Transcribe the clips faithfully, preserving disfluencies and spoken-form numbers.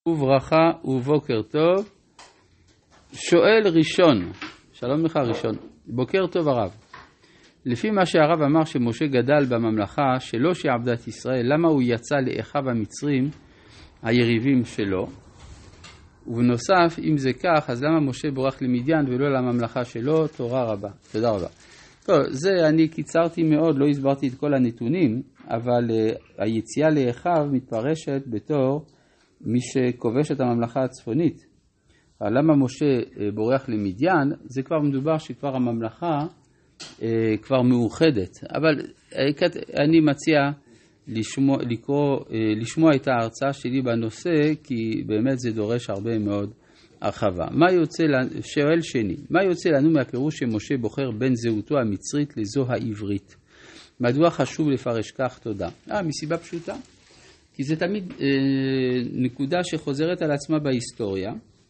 וברכה ובוקר טוב. שואל ראשון, שלום לך ראשון, בוקר טוב הרב. לפי מה שהרב אמר שמשה גדל בממלכה שלא שעבדת ישראל, למה הוא יצא לאחיו המצרים היריבים שלו? ובנוסף, אם זה כך, אז למה משה בורח למדיין ולא לממלכה שלו? תורה רבה. תודה רבה. טוב, זה אני קיצרתי מאוד, לא הסברתי את כל הנתונים, אבל uh, היציאה לאחיו מתפרשת בתור מי שכובש את הממלכה הצפונית. אבל למה משה uh, בורח למדיין? זה כבר מדובר שכבר הממלכה uh, כבר מאוחדת. אבל uh, אני מציע לשמוע, לקרוא, uh, לשמוע את ההרצאה שלי בנושא, כי באמת זה דורש הרבה מאוד הרחבה. מה יוצא, שואל שני, מה יוצא לנו מהפירוש שמשה בוחר בין זהותו המצרית לזו העברית? מדוע חשוב לפרש כך? תודה. אה, מסיבה פשוטה. כי זה תמיד אה, נקודה שחוזרת על עצמה בהיסטוריה,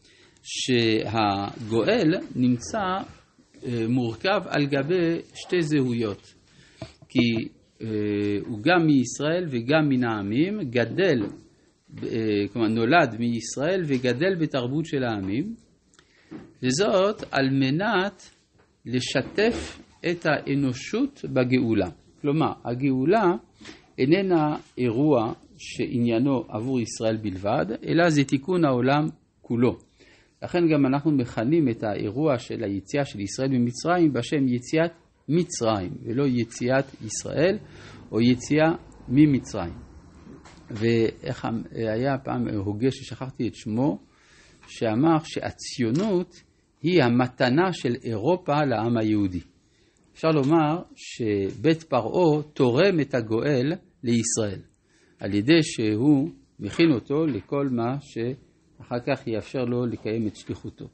שהגואל נמצא אה, מורכב על גבי שתי זהויות. כי אה, הוא גם מישראל וגם מן העמים, גדל, כלומר נולד מישראל וגדל בתרבות של העמים, וזאת על מנת לשתף את האנושות בגאולה. כלומר, הגאולה איננה אירוע שעניינו עבור ישראל בלבד, אלא זה תיקון העולם כולו. לכן גם אנחנו מכנים את האירוע של היציאה של ישראל ממצרים בשם יציאת מצרים, ולא יציאת ישראל או יציאה ממצרים. ואיך היה פעם הוגה ששכחתי את שמו, שאמר שהציונות היא המתנה של אירופה לעם היהודי. אפשר לומר שבית פרעה תורם את הגואל לישראל, על ידי שהוא מכין אותו לכל מה שאחר כך יאפשר לו לקיים את שליחותו.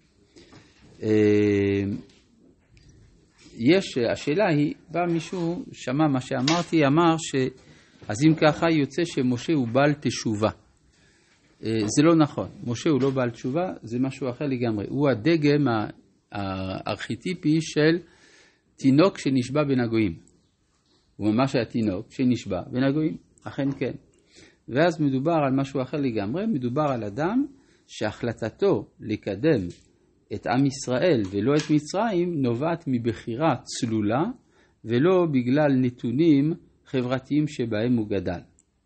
יש, השאלה היא, בא מישהו, שמע מה שאמרתי, אמר ש... אז אם ככה יוצא שמשה הוא בעל תשובה. זה לא נכון. משה הוא לא בעל תשובה, זה משהו אחר לגמרי. הוא הדגם הארכיטיפי של תינוק שנשבע בין הגויים. הוא ממש התינוק שנשבע בין הגויים. אכן כן. ואז מדובר על משהו אחר לגמרי. מדובר על אדם שהחלטתו לקדם את עם ישראל ולא את מצרים נובעת מבחירה צלולה, ולא בגלל נתונים חברתיים שבהם הוא גדל.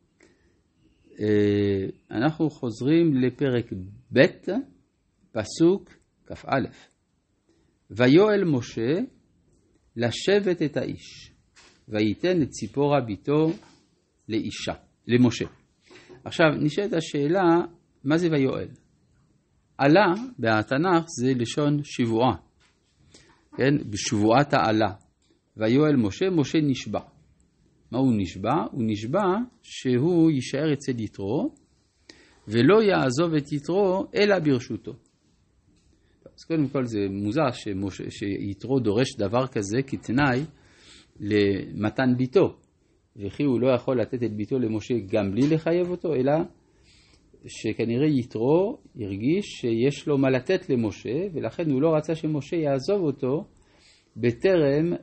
אנחנו חוזרים לפרק ב' פסוק כ"א. ויואל משה לשבת את האיש, וייתן את ציפורה ביתו לאישה, למשה. עכשיו נשאלת השאלה, מה זה ויואל? עלה בתנ"ך זה לשון שבועה, כן? בשבועת העלה. ויואל משה, משה נשבע. מה הוא נשבע? הוא נשבע שהוא יישאר אצל יתרו, ולא יעזוב את יתרו אלא ברשותו. אז קודם כל זה מוזר שמשה, שיתרו דורש דבר כזה כתנאי למתן ביתו, וכי הוא לא יכול לתת את ביתו למשה גם בלי לחייב אותו, אלא שכנראה יתרו הרגיש שיש לו מה לתת למשה, ולכן הוא לא רצה שמשה יעזוב אותו בטרם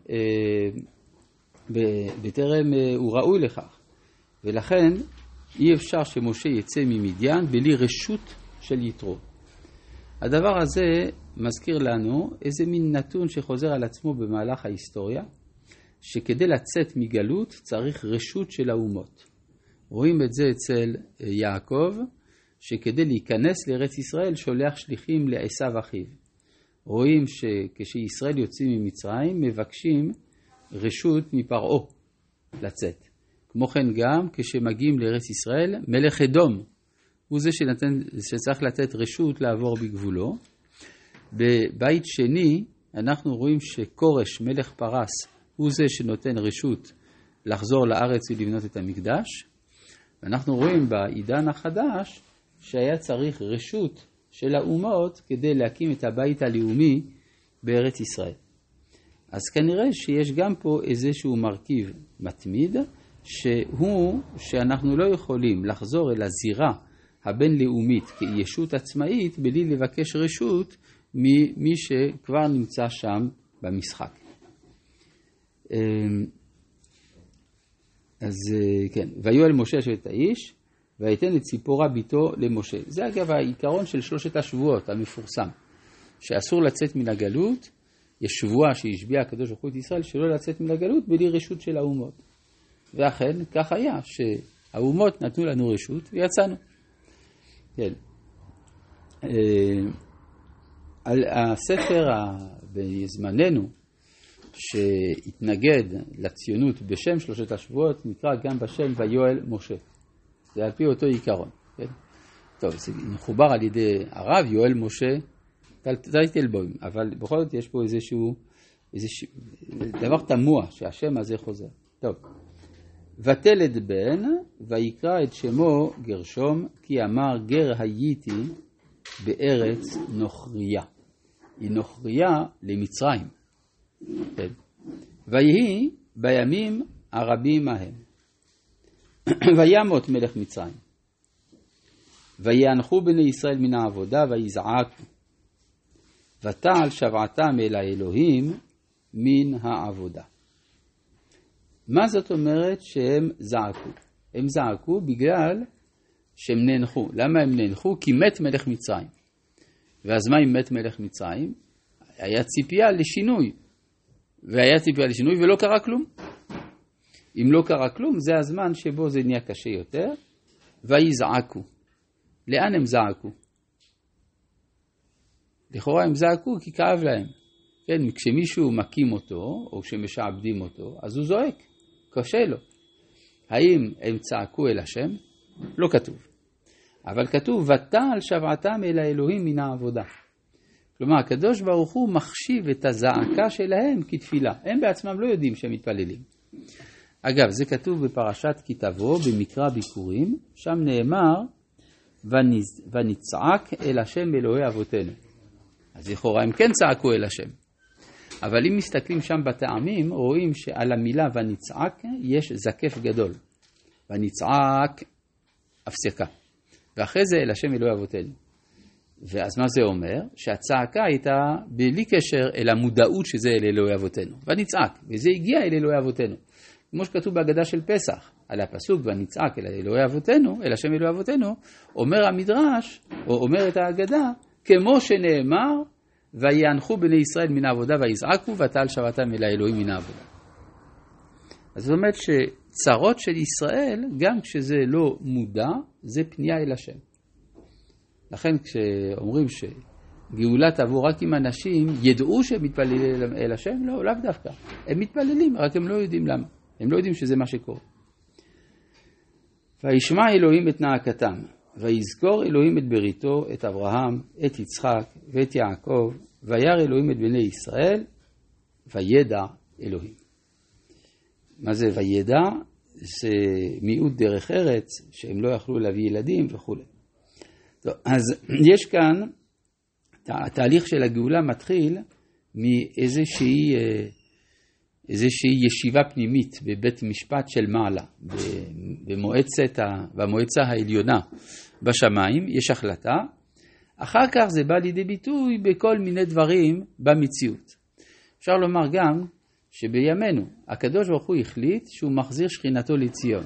בטרם הוא ראוי לכך. ולכן אי אפשר שמשה יצא ממדיין בלי רשות של יתרו. הדבר הזה מזכיר לנו איזה מין נתון שחוזר על עצמו במהלך ההיסטוריה, שכדי לצאת מגלות צריך רשות של האומות. רואים את זה אצל יעקב, שכדי להיכנס לארץ ישראל שולח שליחים לעשיו אחיו. רואים שכשישראל יוצאים ממצרים מבקשים רשות מפרעה לצאת. כמו כן גם כשמגיעים לארץ ישראל, מלך אדום הוא זה שנתן, שצריך לתת רשות לעבור בגבולו. בבית שני אנחנו רואים שקורש מלך פרס הוא זה שנותן רשות לחזור לארץ ולבנות את המקדש. ואנחנו רואים בעידן החדש שהיה צריך רשות של האומות כדי להקים את הבית הלאומי בארץ ישראל. אז כנראה שיש גם פה איזשהו מרכיב מתמיד, שהוא שאנחנו לא יכולים לחזור אל הזירה הבינלאומית כישות עצמאית, בלי לבקש רשות ממי שכבר נמצא שם במשחק. אז כן, ויואל משה לשבת האיש, ויתן את ציפורה ביתו למשה. זה אגב העיקרון של שלושת השבועות המפורסם, שאסור לצאת מן הגלות, יש שבועה שהשביע הקדוש ברוך הוא את ישראל שלא לצאת מן הגלות בלי רשות של האומות. ואכן כך היה שהאומות נתנו לנו רשות ויצאנו. כן. על הספר בזמננו שהתנגד לציונות בשם שלושת השבועות נקרא גם בשם ויואל משה. זה על פי אותו עיקרון. כן? טוב, זה מחובר על ידי הרב יואל משה טייטלבוים, אבל בכל זאת יש פה איזשהו, איזשהו דבר תמוה שהשם הזה חוזר. טוב. ותלד בן ויקרא את שמו גרשום כי אמר גר הייתי בארץ נוכריה. היא נוכריה למצרים. כן. ויהי בימים הרבים ההם. וימות מלך מצרים. ויאנחו בני ישראל מן העבודה ויזעקו. ותעל שבעתם אל האלוהים מן העבודה. מה זאת אומרת שהם זעקו? הם זעקו בגלל שהם נאנחו. למה הם נאנחו? כי מת מלך מצרים. ואז מה אם מת מלך מצרים? היה ציפייה לשינוי. והיה ציפייה לשינוי ולא קרה כלום. אם לא קרה כלום, זה הזמן שבו זה נהיה קשה יותר. ויזעקו. לאן הם זעקו? לכאורה הם זעקו כי כאב להם. כן, כשמישהו מקים אותו, או כשמשעבדים אותו, אז הוא זועק. קשה לו. האם הם צעקו אל השם? לא כתוב. אבל כתוב, ותעל שבעתם אל האלוהים מן העבודה. כלומר, הקדוש ברוך הוא מחשיב את הזעקה שלהם כתפילה. הם בעצמם לא יודעים שהם מתפללים. אגב, זה כתוב בפרשת כי תבוא, במקרא ביקורים, שם נאמר, ונצעק אל השם אלוהי אבותינו. אז לכאורה הם כן צעקו אל השם. אבל אם מסתכלים שם בטעמים, רואים שעל המילה ונצעק יש זקף גדול. ונצעק הפסקה. ואחרי זה אל השם אלוהי אבותינו. ואז מה זה אומר? שהצעקה הייתה בלי קשר אל המודעות שזה אל אלוהי אבותינו. ונצעק, וזה הגיע אל אלוהי אבותינו. כמו שכתוב בהגדה של פסח, על הפסוק ונצעק אל אלוהי אבותינו, אל השם אלוהי אבותינו, אומר המדרש, או אומר את ההגדה, כמו שנאמר, ויאנחו בני ישראל מן העבודה ויזעקו ותעל שבעתם אל האלוהים מן העבודה. אז זאת אומרת שצרות של ישראל, גם כשזה לא מודע, זה פנייה אל השם. לכן כשאומרים שגאולה תבוא רק אם אנשים ידעו שהם מתפללים אל השם, לא, לאו דווקא. הם מתפללים, רק הם לא יודעים למה. הם לא יודעים שזה מה שקורה. וישמע אלוהים את נאקתם, ויזכור אלוהים את בריתו, את אברהם, את יצחק ואת יעקב, וירא אלוהים את בני ישראל, וידע אלוהים. מה זה וידע? זה מיעוט דרך ארץ, שהם לא יכלו להביא ילדים וכו'. טוב, אז יש כאן, התהליך של הגאולה מתחיל מאיזושהי איזושהי ישיבה פנימית בבית משפט של מעלה, במועצת, במועצה העליונה בשמיים, יש החלטה. אחר כך זה בא לידי ביטוי בכל מיני דברים במציאות. אפשר לומר גם שבימינו הקדוש ברוך הוא החליט שהוא מחזיר שכינתו לציון.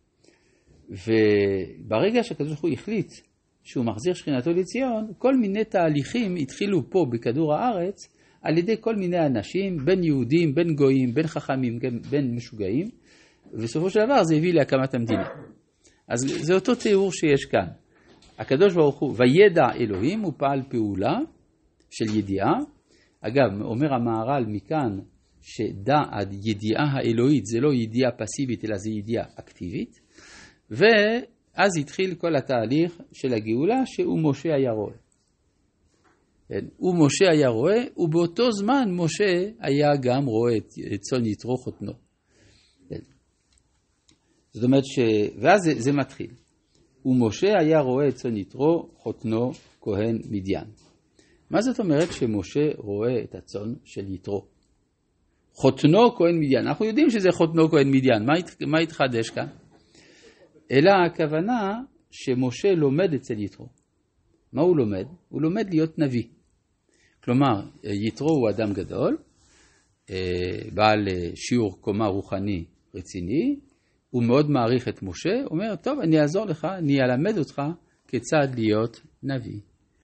וברגע שהקדוש ברוך הוא החליט שהוא מחזיר שכינתו לציון, כל מיני תהליכים התחילו פה בכדור הארץ, על ידי כל מיני אנשים, בין יהודים, בין גויים, בין חכמים, בין משוגעים, ובסופו של דבר זה הביא להקמת המדינה. אז זה אותו תיאור שיש כאן. הקדוש ברוך הוא, וידע אלוהים, הוא פעל פעולה של ידיעה. אגב, אומר המהר"ל מכאן, שדעת ידיעה האלוהית זה לא ידיעה פסיבית, אלא זה ידיעה אקטיבית. ואז התחיל כל התהליך של הגאולה, שהוא משה היה רואה. כן? ומשה היה רואה, ובאותו זמן משה היה גם רואה את, את צאן יתרו חותנו. כן? זאת אומרת ש... ואז זה, זה מתחיל. ומשה היה רואה את צאן יתרו חותנו כהן מדיין. מה זאת אומרת שמשה רואה את הצאן של יתרו? חותנו כהן מדיין. אנחנו יודעים שזה חותנו כהן מדיין. מה, ית, מה יתחדש כאן? אלא הכוונה שמשה לומד אצל יתרו. מה הוא לומד? הוא לומד להיות נביא. כלומר, יתרו הוא אדם גדול, בעל שיעור קומה רוחני רציני, הוא מאוד מעריך את משה, הוא אומר, טוב, אני אעזור לך, אני אלמד אותך כיצד להיות נביא.